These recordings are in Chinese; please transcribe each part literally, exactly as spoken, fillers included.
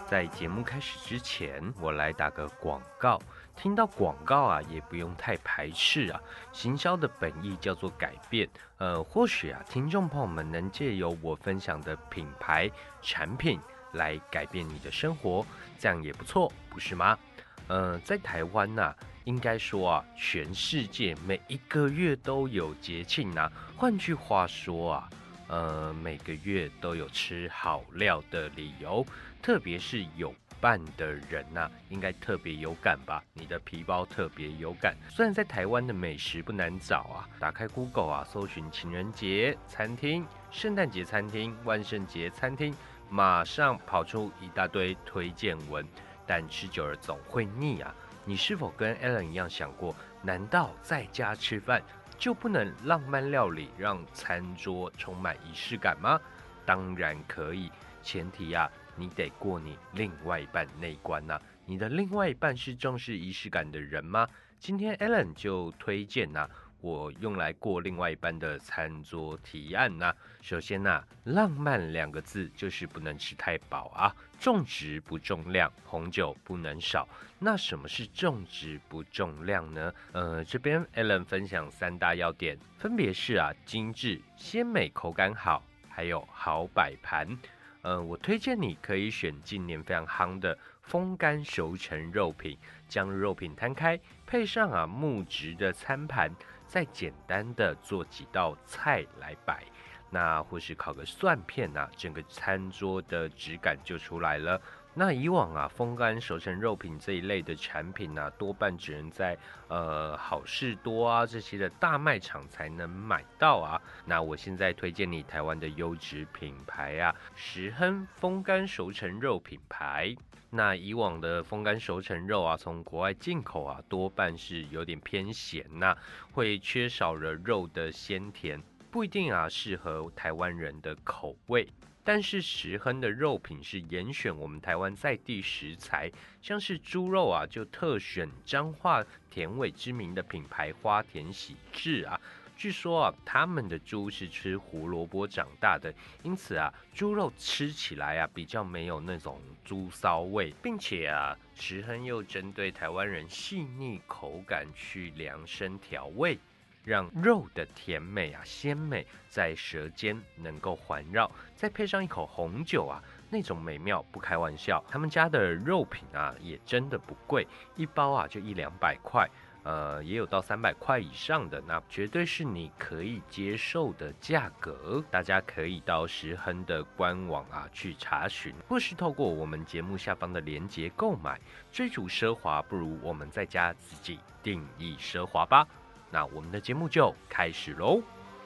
在节目开始之前，我来打个广告。听到广告啊，也不用太排斥啊。行销的本意叫做改变，呃，或许啊，听众朋友们能借由我分享的品牌产品来改变你的生活，这样也不错，不是吗？呃，在台湾呐、啊，应该说啊，全世界每一个月都有节庆啊。换句话说啊，呃，每个月都有吃好料的理由，特别是有伴的人呐、啊，应该特别有感吧？你的皮包特别有感。虽然在台湾的美食不难找啊，打开 Google 啊，搜寻情人节餐厅、圣诞节餐厅、万圣节餐厅，马上跑出一大堆推荐文。但吃久了总会腻啊！你是否跟 Alan 一样想过？难道在家吃饭就不能浪漫料理，让餐桌充满仪式感吗？当然可以，前提啊，你得过你另外一半那一关啊。你的另外一半是重视仪式感的人吗？今天 Alan 就推荐啊，我用来过另外一半的餐桌提案啊。首先啊，浪漫两个字就是不能吃太饱啊，重质不重量，红酒不能少。那什么是重质不重量呢？呃，这边 Alan 分享三大要点，分别是啊，精致、鲜美、口感好，还有好摆盘。呃，我推荐你可以选近年非常夯的风干熟成肉品，将肉品摊开，配上啊木质的餐盘，再简单的做几道菜来摆。那或是烤个蒜片啊，整个餐桌的质感就出来了。那以往啊，风干熟成肉品这一类的产品啊，多半只能在呃好事多啊这些的大卖场才能买到啊。那我现在推荐你台湾的优质品牌啊，石亨风干熟成肉品牌。那以往的风干熟成肉啊，从国外进口啊，多半是有点偏咸呐、啊，会缺少了肉的鲜甜。不一定啊适合台湾人的口味，但是石亨的肉品是严选我们台湾在地食材，像是猪肉啊就特选彰化田尾知名的品牌花田喜志啊。据说啊，他们的猪是吃胡萝卜长大的，因此啊，猪肉吃起来啊比较没有那种猪骚味，并且啊，石亨又针对台湾人细腻口感去量身调味。让肉的甜美啊、鲜美在舌尖能够环绕，再配上一口红酒啊，那种美妙不开玩笑。他们家的肉品啊也真的不贵，一包啊就一两百块，呃，也有到三百块以上的，那绝对是你可以接受的价格。大家可以到石亨的官网啊去查询，或是透过我们节目下方的连结购买。追逐奢华，不如我们在家自己定义奢华吧。那我们的节目就开始喽。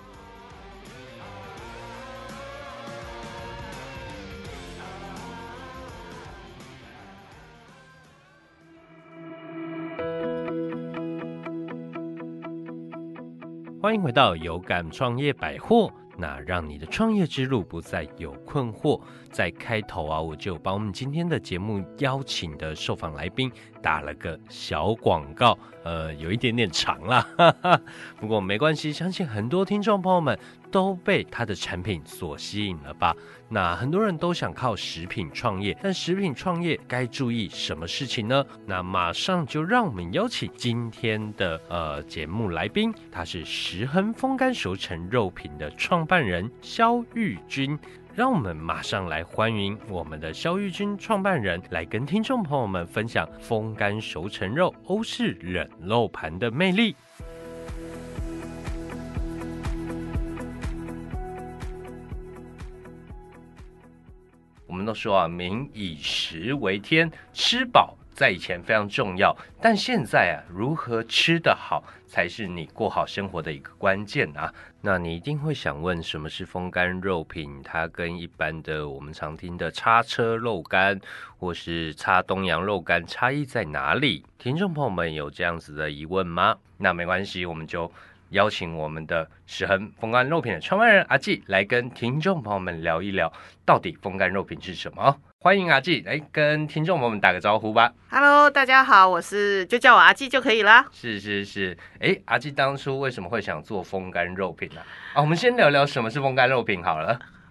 欢迎回到有感创业百货，那让你的创业之路不再有困惑。在开头啊，我就帮我们今天的节目邀请的受访来宾打了个小广告，呃，有一点点长啦，哈哈，不过没关系，相信很多听众朋友们都被他的产品所吸引了吧？那很多人都想靠食品创业，但食品创业该注意什么事情呢？那马上就让我们邀请今天的呃节目来宾，他是石亨风干熟成肉品的创办人萧玉君。让我们马上来欢迎我们的萧玉君创办人，来跟听众朋友们分享风干熟成肉欧式冷肉盘的魅力。我们都说啊，民以食为天，吃饱在以前非常重要，但现在啊，如何吃得好才是你过好生活的一个关键啊。那你一定会想问，什么是风干肉品？它跟一般的我们常听的叉车肉干或是叉东洋肉干差异在哪里？听众朋友们有这样子的疑问吗？那没关系，我们就邀请我们的石亨风干肉品的创办人阿纪来跟听众朋友们聊一聊，到底风干肉品是什么。欢迎阿纪来跟听众朋友们打个招呼吧。 Hello， 大家好，我是就叫我阿纪就可以啦。 是是是，哎，阿纪当初为什么会想做风干肉品呢、啊？啊，我们先聊聊什么是风干肉品好了。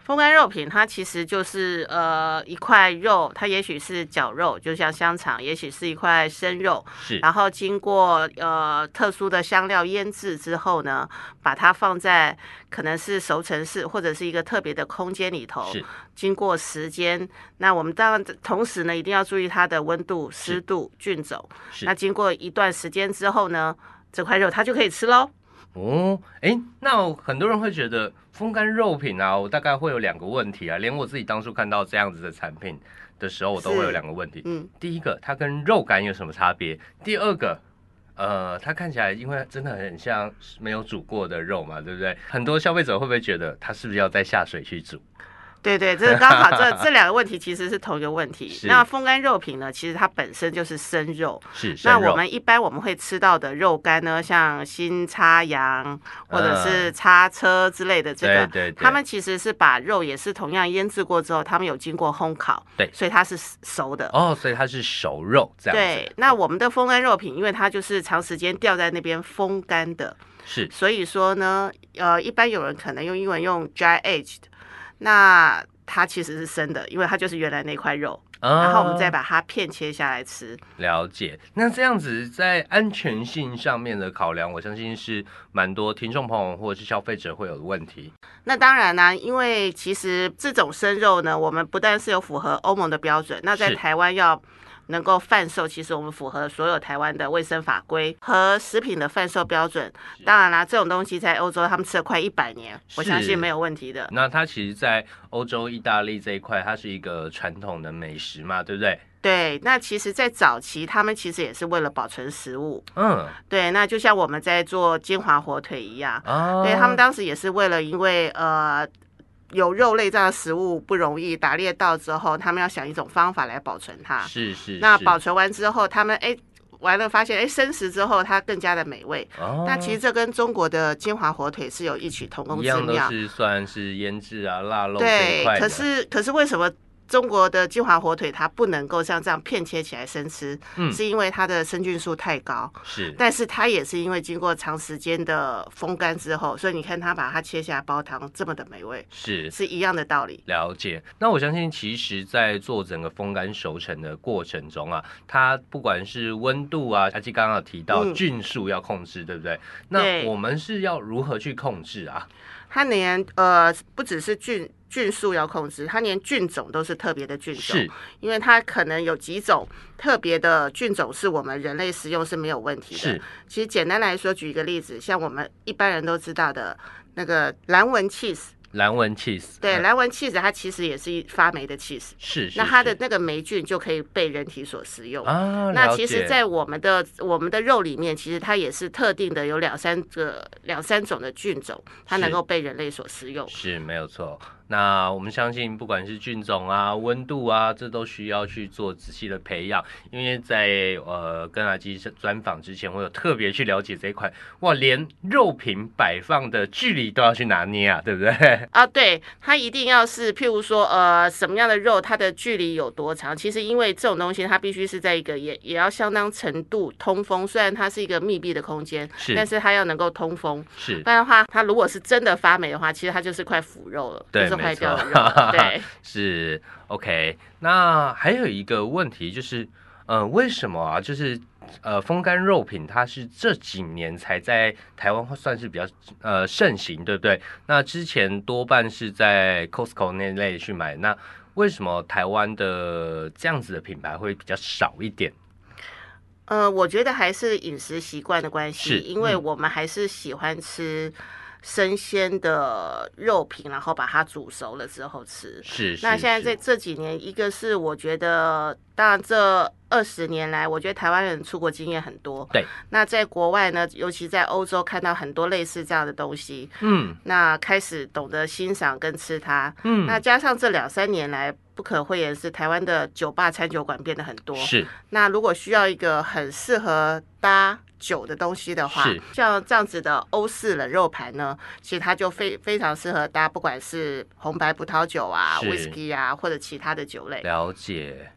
风干肉品它其实就是呃一块肉，它也许是绞肉，就像香肠，也许是一块生肉， 是， 然后经过呃特殊的香料腌制之后呢，把它放在可能是熟成室或者是一个特别的空间里头， 是， 经过时间，那我们当然同时呢一定要注意它的温度、湿度、菌种。那经过一段时间之后呢，这块肉它就可以吃喽。 哦，哎，那很多人会觉得风干肉品啊，我大概会有两个问题啊，连我自己当初看到这样子的产品的时候，我都会有两个问题。嗯，第一个，它跟肉干有什么差别？第二个，呃，它看起来因为真的很像没有煮过的肉嘛，对不对？很多消费者会不会觉得它是不是要再下水去煮？ 对对，这刚好这这两个问题其实是同一个问题。那风干肉品呢，其实它本身就是生肉。 是。 那我们一般我们会吃到的肉干呢，像新叉羊或者是叉车之类的，这个， 对对对， 他们其实是把肉也是同样腌制过之后，他们有经过烘烤， 对， 所以它是熟的。 哦，所以它是熟肉这样子。 对，那我们的风干肉品，因为它就是长时间吊在那边风干的， 是， 所以说呢，呃，一般有人可能用英文用 dry aged。那它其实是生的，因为它就是原来那块肉，啊、然后我们再把它片切下来吃。 了解。那这样子在安全性上面的考量，我相信是蛮多听众朋友或者是消费者会有的问题。 那当然啦、啊，因为其实这种生肉呢，我们不但是有符合欧盟的标准，那在台湾要能够贩售，其实我们符合所有台湾的卫生法规和食品的贩售标准。当然啦，这种东西在欧洲他们吃了快一百年，我相信没有问题的。 那它其实，在欧洲、意大利这一块，它是一个传统的美食嘛，对不对？ 对，那其实，在早期，他们其实也是为了保存食物。 嗯， 对，那就像我们在做金华火腿一样， 哦， 对他们当时也是为了，因为呃。有肉类这样的食物不容易，打猎到之后，他们要想一种方法来保存它。 是是。 那保存完之后，他们哎完了发现哎生食之后它更加的美味。 哦。 那其实这跟中国的金华火腿是有异曲同工之妙。 一样都是算是腌制啊、腊肉这一块的。 对，可是可是为什么？中国的金华火腿它不能够像这样片切起来生吃，嗯、是因为它的生菌数太高。 是， 但是它也是因为经过长时间的风干之后，所以你看它把它切下来煲汤，这么的美味， 是是一样的道理。 了解。那我相信，其实，在做整个风干熟成的过程中啊，它不管是温度啊，阿基刚刚有提到菌数要控制，嗯、对不对？那我们是要如何去控制啊？ 它连呃不只是菌菌数要控制，它连菌种都是特别的菌种， 是， 因为它可能有几种特别的菌种是我们人类食用是没有问题的。 是， 其实简单来说，举一个例子，像我们一般人都知道的那个蓝纹 cheese。 蓝纹 cheese， 对，蓝纹 cheese 它其实也是发霉的 cheese， 是，是， 那它的那个霉菌就可以被人体所食用啊。 那其实，在我们的我们的肉里面，其实它也是特定的有两三个两三种的菌种，它能够被人类所食用， 是没有错。那我们相信，不管是菌种啊、温度啊，这都需要去做仔细的培养。因为在呃跟阿基专访之前，我有特别去了解这一块。哇，连肉品摆放的距离都要去拿捏啊，对不对？ 啊，对，它一定要是，譬如说，呃，什么样的肉，它的距离有多长？其实因为这种东西，它必须是在一个也也要相当程度通风。虽然它是一个密闭的空间， 是， 但是它要能够通风。 是， 不然的话，它如果是真的发霉的话，其实它就是块腐肉了， 对， 就是坏掉的肉。对， 是 OK。那还有一个问题就是，呃，为什么啊？就是呃，风干肉品它是这几年才在台湾算是比较呃盛行，对不对？那之前多半是在 Costco 那类去买，那为什么台湾的这样子的品牌会比较少一点？ 呃，我觉得还是饮食习惯的关系， 是， 因为我们还是喜欢吃生鲜的肉品，然后把它煮熟了之后吃。 是， 那现在在这几年，一个是我觉得，当然这二十年来，我觉得台湾人出国经验很多。 对。 那在国外呢，尤其在欧洲看到很多类似这样的东西， 嗯， 那开始懂得欣赏跟吃它。 嗯， 那加上这两三年来，不可讳言是台湾的酒吧、餐酒馆变得很多。 是。 那如果需要一个很适合搭酒的东西的话，像这样子的欧式冷肉盘呢，其实它就非非常适合搭，不管是红白葡萄酒啊、whisky 啊，或者其他的酒类。 了解。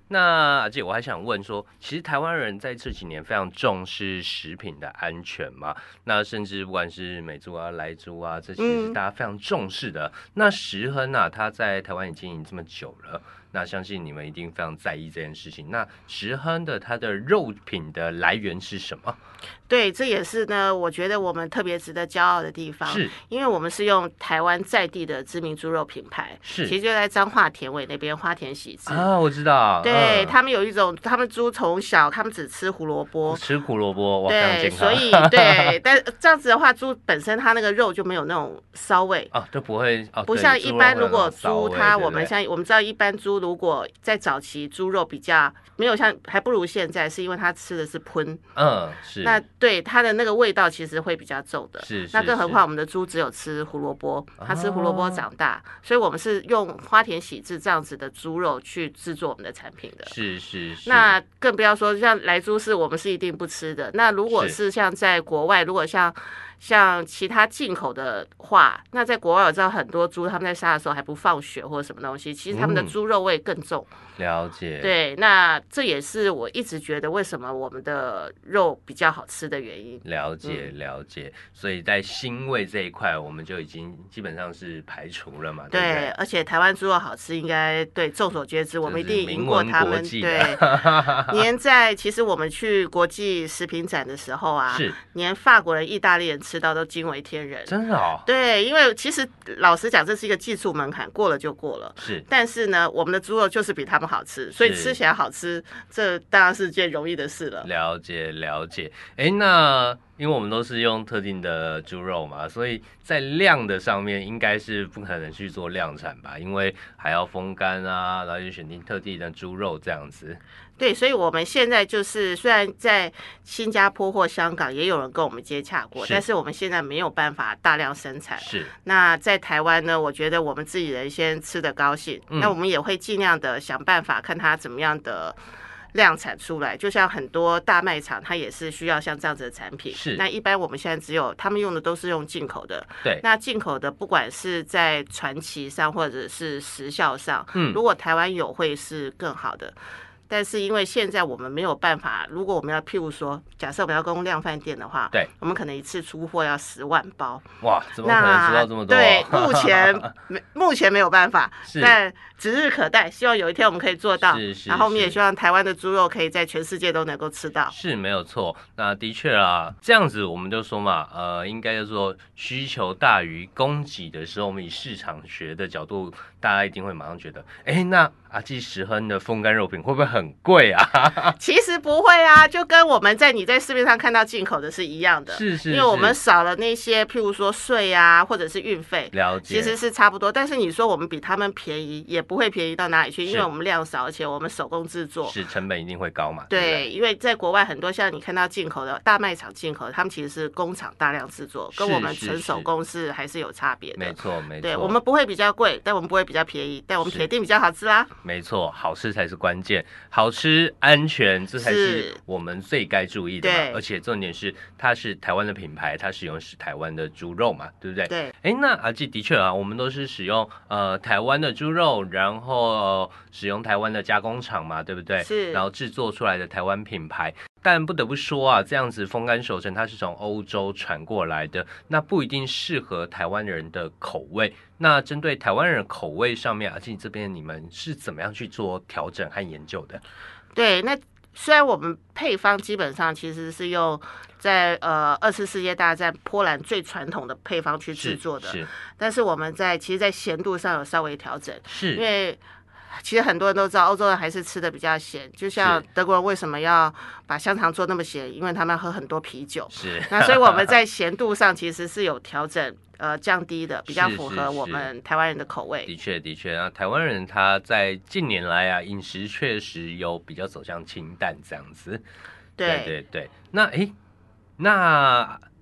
那阿姐，我还想问说，其实台湾人在这几年非常重视食品的安全嘛，那甚至不管是美猪啊、莱猪啊，这其实是大家非常重视的。嗯、那石亨啊，他在台湾已经经营这么久了，那相信你们一定非常在意这件事情。那石亨的它的肉品的来源是什么？ 对，这也是呢，我觉得我们特别值得骄傲的地方， 是因为我们是用台湾在地的知名猪肉品牌， 是， 其实就在彰化田尾那边花田喜之啊，我知道， 对、 嗯、 他们有一种，他们猪从小他们只吃胡萝卜， 吃胡萝卜，哇，非常对， 健康， 所以对，但这样子的话，猪本身它那个肉就没有那种骚味哦，就不会，哦、 不像一般如果猪它，我们像我们知道一般猪如果在早期猪肉比较没有像，还不如现在，是因为它吃的是喷， 嗯，是， 那对它的那个味道其实会比较重的， 是， 那更何况我们的猪只有吃胡萝卜，它吃胡萝卜长大，哦、所以我们是用花田喜志这样子的猪肉去制作我们的产品的， 是是是。 那更不要说像莱猪是我们是一定不吃的，那如果是像在国外，如果像像其他进口的话，那在国外我知道很多猪他们在杀的时候还不放血或者什么东西，其实他们的猪肉味更重。 嗯、了解。 对，那这也是我一直觉得为什么我们的肉比较好吃的原因。 了解了解，嗯、所以在腥味这一块，我们就已经基本上是排除了嘛。对, 对, 对， 而且台湾猪肉好吃，应该对众所皆知，我们一定赢过他们。对，连在其实我们去国际食品展的时候啊， 是连法国人、意大利人吃到都惊为天人。 真的哦。 对，因为其实老实讲，这是一个技术门槛，过了就过了。 是， 但是呢，我们的猪肉就是比他们好吃，所以吃起来好吃，这当然是件容易的事了。 了解了解，哎，那因为我们都是用特定的猪肉嘛，所以在量的上面应该是不可能去做量产吧，因为还要风干啊，然后就选定特定的猪肉这样子。 对，所以我们现在就是虽然在新加坡或香港也有人跟我们接洽过，但是我们现在没有办法大量生产。 是。 那在台湾呢，我觉得我们自己人先吃得高兴，嗯、那我们也会尽量的想办法看它怎么样的量产出来，就像很多大卖场，它也是需要像这样子的产品。 是。 那一般我们现在只有他们用的都是用进口的。 对。 那进口的不管是在传奇上或者是时效上， 嗯， 如果台湾有会是更好的。但是因为现在我们没有办法，如果我们要譬如说，假设我们要供量贩店的话， 对， 我们可能一次出货要十万包。 哇，怎么可能出到这么多？ 对，目前目前没有办法， 是， 但指日可待。希望有一天我们可以做到。 是是。 然后我们也希望台湾的猪肉可以在全世界都能够吃到。 是没有错。那的确啊，这样子我们就说嘛，呃，应该叫做需求大于供给的时候，我们以市场学的角度，大家一定会马上觉得，哎，那阿纪石亨的风干肉品会不会很贵啊？ 其实不会啊，就跟我们在你在市面上看到进口的是一样的， 是 是, 是， 因为我们少了那些譬如说税啊，或者是运费， 了解， 其实是差不多。但是你说我们比他们便宜，也不会便宜到哪里去，因为我们量少，而且我们手工制作， 是成本一定会高嘛？ 对， 对对， 因为在国外很多像你看到进口的大卖场进口的，他们其实是工厂大量制作，跟我们纯手工是还是有差别的。 没错没错， 对，我们不会比较贵，但我们不会比较便宜，但我们铁定比较好吃啦。 没错，好吃才是关键，好吃安全这才是我们最该注意的嘛。而且重点是它是台湾的品牌，它使用是台湾的猪肉嘛，对不对？ 对。 哎，那阿纪的确啊，我们都是使用呃台湾的猪肉，然后、呃、使用台湾的加工厂嘛，对不对？ 是。 然后制作出来的台湾品牌。但不得不说啊，这样子风干熟成它是从欧洲传过来的，那不一定适合台湾人的口味。那针对台湾人口味上面，阿纪这边你们是怎么样去做调整和研究的？ 对，那虽然我们配方基本上其实是用在呃二次世界大战波兰最传统的配方去制作的， 是是， 但是我们在其实，在咸度上有稍微调整， 是因为。其实很多人都知道，欧洲人还是吃的比较咸。就像德国人为什么要把香肠做那么咸？因为他们要喝很多啤酒。 是。 那所以我们在咸度上其实是有调整，呃，降低的，比较符合我们台湾人的口味。 的确，的确，那台湾人他在近年来啊，饮食确实有比较走向清淡这样子。 对对对对。那诶，那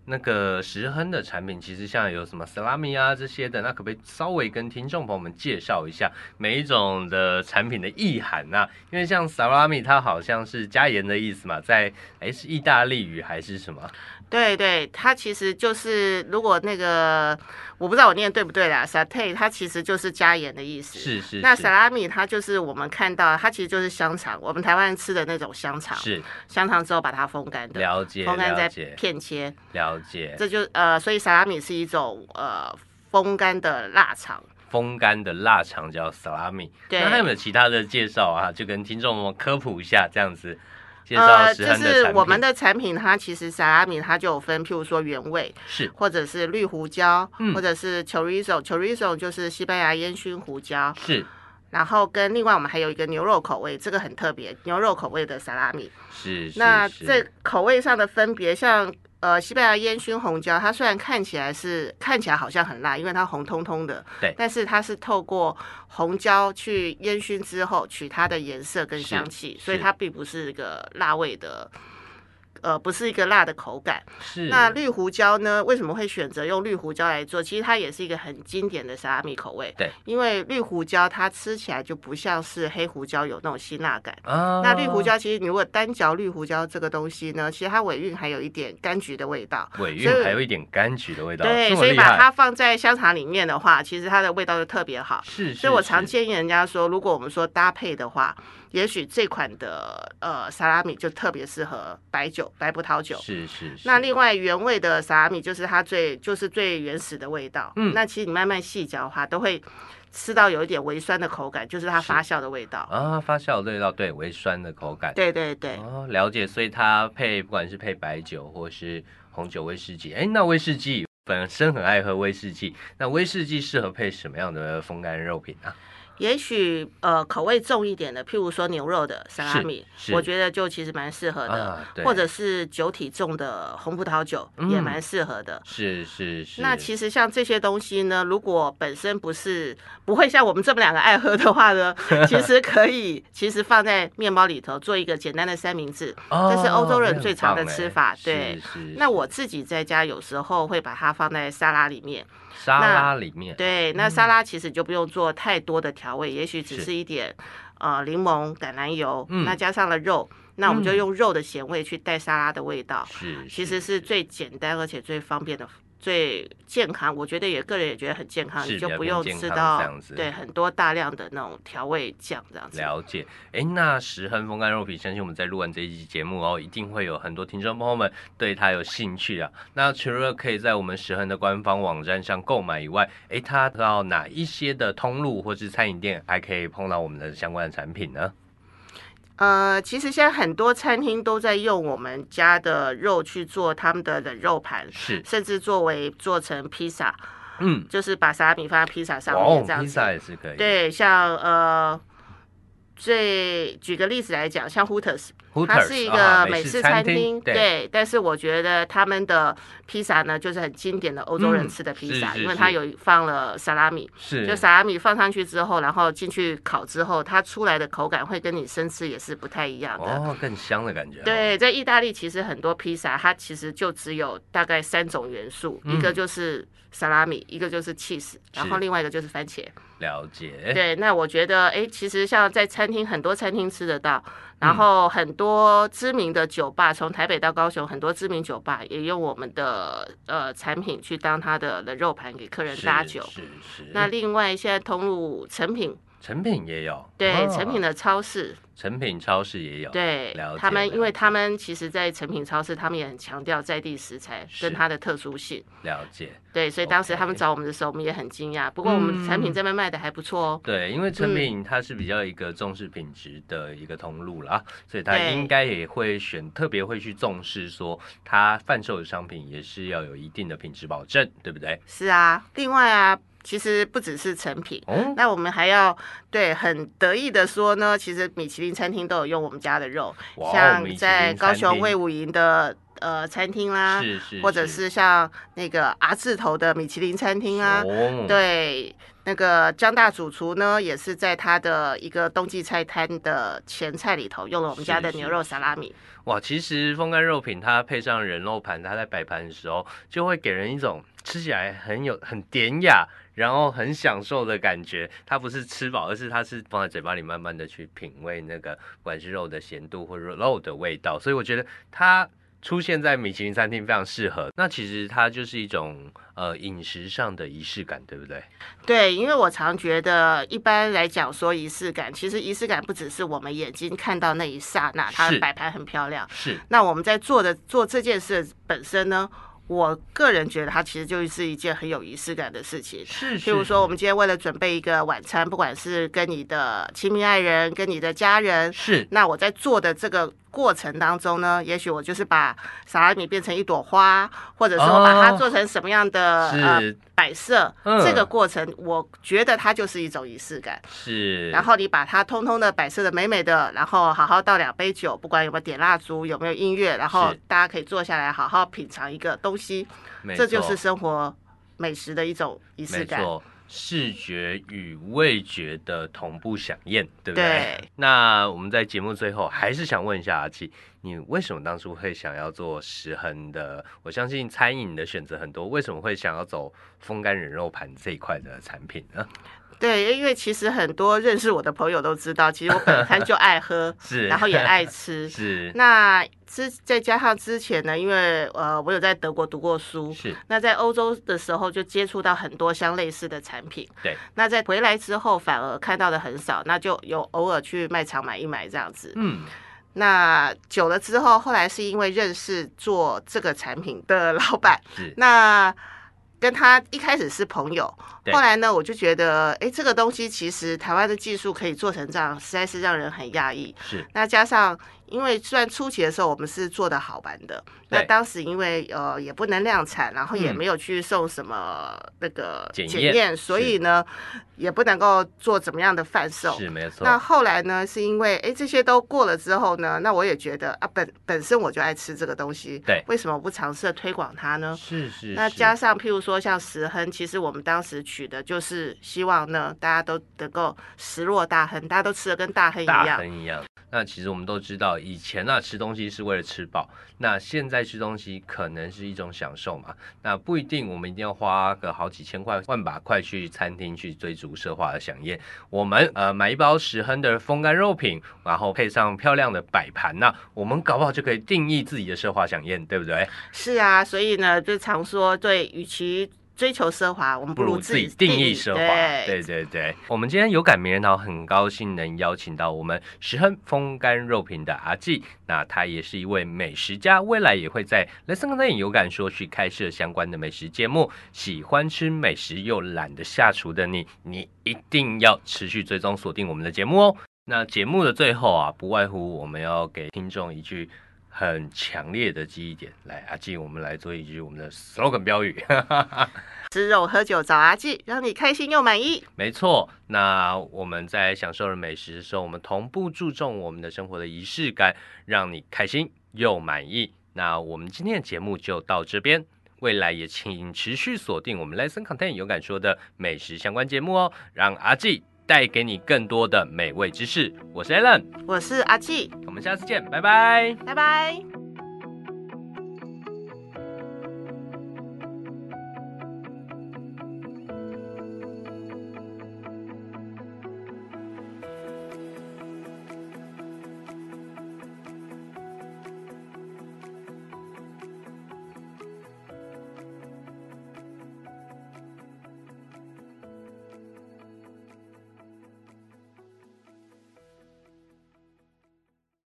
那个石亨的产品，其实像有什么 salami 啊这些的，那可不可以稍微跟听众朋友们介绍一下每一种的产品的意涵啊？因为像 salami 它好像是加盐的意思嘛，在哎是意大利语还是什么？ 对对，它其实就是如果那个我不知道我念对不对啦 ，satay 它其实就是加盐的意思。 是是是。 那 salami 它就是我们看到它其实就是香肠，我们台湾人吃的那种香肠。 是。 香肠之后把它风干的。 了解。 风干再片切。 了解。 这就呃，所以 salami 是一种呃风干的腊肠。 风干的腊肠叫 salami。对。那还有没有其他的介绍啊？就跟听众们科普一下这样子。 呃，就是我们的产品，它其实萨拉米它就有分，譬如说原味， 是， 或者是绿胡椒， 嗯、 或者是 chorizo，chorizo 就是西班牙烟熏胡椒， 是。 然后跟另外我们还有一个牛肉口味，这个很特别，牛肉口味的萨拉米， 是。是那这口味上的分别，像呃西班牙烟熏红椒，它虽然看起来是看起来好像很辣，因为它红彤彤的， 对， 但是它是透过红椒去烟熏之后取它的颜色跟香气，所以它并不是一个辣味的。呃，不是一个辣的口感。 是。 那绿胡椒呢？为什么会选择用绿胡椒来做？其实它也是一个很经典的萨拉米口味。 对。 因为绿胡椒它吃起来就不像是黑胡椒有那种辛辣感。 啊。 那绿胡椒其实你如果单嚼绿胡椒这个东西呢，其实它尾韵还有一点柑橘的味道。 尾韵还有一点柑橘的味道。 对，所以把它放在香肠里面的话，其实它的味道就特别好。 是, 是。 所以我常建议人家说，如果我们说搭配的话，也许这款的呃萨拉米就特别适合白酒、白葡萄酒。 是是是。 那另外原味的萨拉米就是它最就是最原始的味道。 嗯。 那其实你慢慢细嚼的话，都会吃到有一点微酸的口感，就是它发酵的味道啊，发酵的味道，对，微酸的口感。 对对对。 哦，了解。所以它配不管是配白酒或是红酒、威士忌，哎，那威士忌本身很爱喝威士忌，那威士忌适合配什么样的风干肉品啊？ 也许呃口味重一点的，譬如说牛肉的萨拉米，我觉得就其实蛮适合的， 啊、 或者是酒体重的红葡萄酒、嗯、也蛮适合的。 是是是。 那其实像这些东西呢，如果本身不是不会像我们这么两个爱喝的话呢，其实可以其实放在面包里头做一个简单的三明治， 哦、 这是欧洲人最常的吃法。对， 是是是。 那我自己在家有时候会把它放在沙拉里面。 沙拉里面。 对，那沙拉其实就不用做太多的调味，嗯、也许只是一点呃柠檬、橄榄油，嗯、那加上了肉，那我们就用肉的咸味去带沙拉的味道， 是， 其实是最简单而且最方便的。最健康，我觉得也个人也觉得很健康，你就不用吃到对很多大量的那种调味酱这样子。 了解，哎，那石亨风干肉品，相信我们在录完这一集节目哦，一定会有很多听众朋友们对它有兴趣啊。那除了可以在我们石亨的官方网站上购买以外，哎，它到哪一些的通路或是餐饮店还可以碰到我们的相关的产品呢？ 呃，其实现在很多餐厅都在用我们家的肉去做他们的冷肉盘， 是， 甚至作为做成披萨， 嗯， 就是把沙拉米放在披萨上面这样子。 披萨也是可以。 对，像呃，最举个例子来讲，像 Hooters。它是一个美式餐厅，对, 对，但是我觉得他们的披萨呢，就是很经典的欧洲人吃的披萨，嗯、因为它有放了萨拉米， 是， 就萨拉米放上去之后，然后进去烤之后，它出来的口感会跟你生吃也是不太一样的， 哦，更香的感觉。 对，在意大利其实很多披萨，它其实就只有大概三种元素，嗯、一个就是萨拉米，一个就是 cheese， 然后另外一个就是番茄。 了解。 对，那我觉得，哎，其实像在餐厅，很多餐厅吃得到。然后很多知名的酒吧，从台北到高雄，很多知名酒吧也用我们的呃产品去当它的冷肉盘给客人搭酒。 是 是, 是。 那另外现在通路成品， 成品也有。 对， 哦、 成品的超市。 成品超市也有。 对，他们因为他们其实在成品超市，他们也很强调在地食材跟它的特殊性。 了解。 对，所以当时他们找我们的时候，我们也很惊讶。不过我们产品这边卖的还不错哦。 对，因为成品它是比较一个重视品质的一个通路啦，所以它应该也会选特别会去重视说，它贩售的商品也是要有一定的品质保证，对不对？ 是啊，另外啊。其实不只是成品，哦、那我们还要对很得意的说呢，其实米其林餐厅都有用我们家的肉，像在高雄卫武营的呃餐厅啦， 是是， 或者是像那个 R 字头的米其林餐厅啊， 哦、 对。那个江大主厨呢，也是在他的一个冬季菜摊的前菜里头用了我们家的牛肉沙拉米。 哇，其实风干肉品它配上人肉盘，它在摆盘的时候就会给人一种吃起来很有很典雅，然后很享受的感觉。它不是吃饱，而是它是放在嘴巴里慢慢的去品味那个不管是肉的咸度或者肉的味道。所以我觉得它出现在米其林餐厅非常适合。那其实它就是一种呃饮食上的仪式感，对不对？ 对，因为我常觉得一般来讲说仪式感，其实仪式感不只是我们眼睛看到那一刹那，它的摆盘很漂亮。 是。 那我们在做的做这件事本身呢，我个人觉得它其实就是一件很有仪式感的事情。 是。 譬如说，我们今天为了准备一个晚餐，不管是跟你的亲密爱人、跟你的家人， 是。 那我在做的这个过程当中呢，也许我就是把沙拉米变成一朵花，或者说把它做成什么样的、哦、呃摆设、嗯，这个过程我觉得它就是一种仪式感。 是。 然后你把它通通的摆设的美美的，然后好好倒两杯酒，不管有没有点蜡烛，有没有音乐，然后大家可以坐下来好好品尝一个东西，这就是生活美食的一种仪式感。 没错，视觉与味觉的同步响应，对不对？ 对。 那我们在节目最后还是想问一下阿纪，你为什么当初会想要做食亨的？我相信餐饮的选择很多，为什么会想要走风干人肉盘这一块的产品呢？ 对，因为其实很多认识我的朋友都知道，其实我本身就爱喝， 是， 然后也爱吃， 是。 那之再加上之前呢，因为呃我有在德国读过书， 是。 那在欧洲的时候就接触到很多相类似的产品， 对。 那在回来之后反而看到的很少，那就有偶尔去卖场买一买这样子，嗯。那久了之后，后来是因为认识做这个产品的老板， 是。 那跟他一开始是朋友，后来呢，我就觉得，哎，这个东西其实台湾的技术可以做成这样，实在是让人很讶异。 是。 那加上，因为虽然初期的时候我们是做的好玩的，那当时因为呃也不能量产，然后也没有去送什么那个检验，所以呢也不能够做怎么样的贩售。 是没错。 那后来呢，是因为哎这些都过了之后呢，那我也觉得啊本本身我就爱吃这个东西， 对， 为什么不尝试推广它呢？ 是是。 那加上譬如说像食亨，其实我们当时取的就是希望呢大家都能够食若大亨，大家都吃的跟大亨一样。 大亨一样。那其实我们都知道，以前啊吃东西是为了吃饱，那现在吃东西可能是一种享受嘛。那不一定我们一定要花个好几千块、万把块去餐厅去追逐奢华的飨宴。我们呃买一包食亨的风干肉品，然后配上漂亮的摆盘，那我们搞不好就可以定义自己的奢华飨宴，对不对？ 是啊，所以呢，就常说，对，与其追求奢华，我们不如自己定义奢华。对对对，我们今天有感名人堂，很高兴能邀请到我们食亨风干肉品的阿纪，那他也是一位美食家，未来也会在 Listen Content 有感说去开设相关的美食节目。喜欢吃美食又懒得下厨的你，你一定要持续追踪锁定我们的节目哦。那节目的最后啊，不外乎我们要给听众一句很强烈的记忆点，来，阿纪，我们来做一句我们的 slogan 标语。 吃肉喝酒找阿纪，让你开心又满意。 没错，那我们在享受了美食的时候，我们同步注重我们的生活的仪式感，让你开心又满意。那我们今天的节目就到这边，未来也请持续锁定我们 Listen Content 有感说的美食相关节目哦，让阿纪带给你更多的美味知识。我是 Alan， 我是阿纪， 我们下次见，拜拜， 拜拜。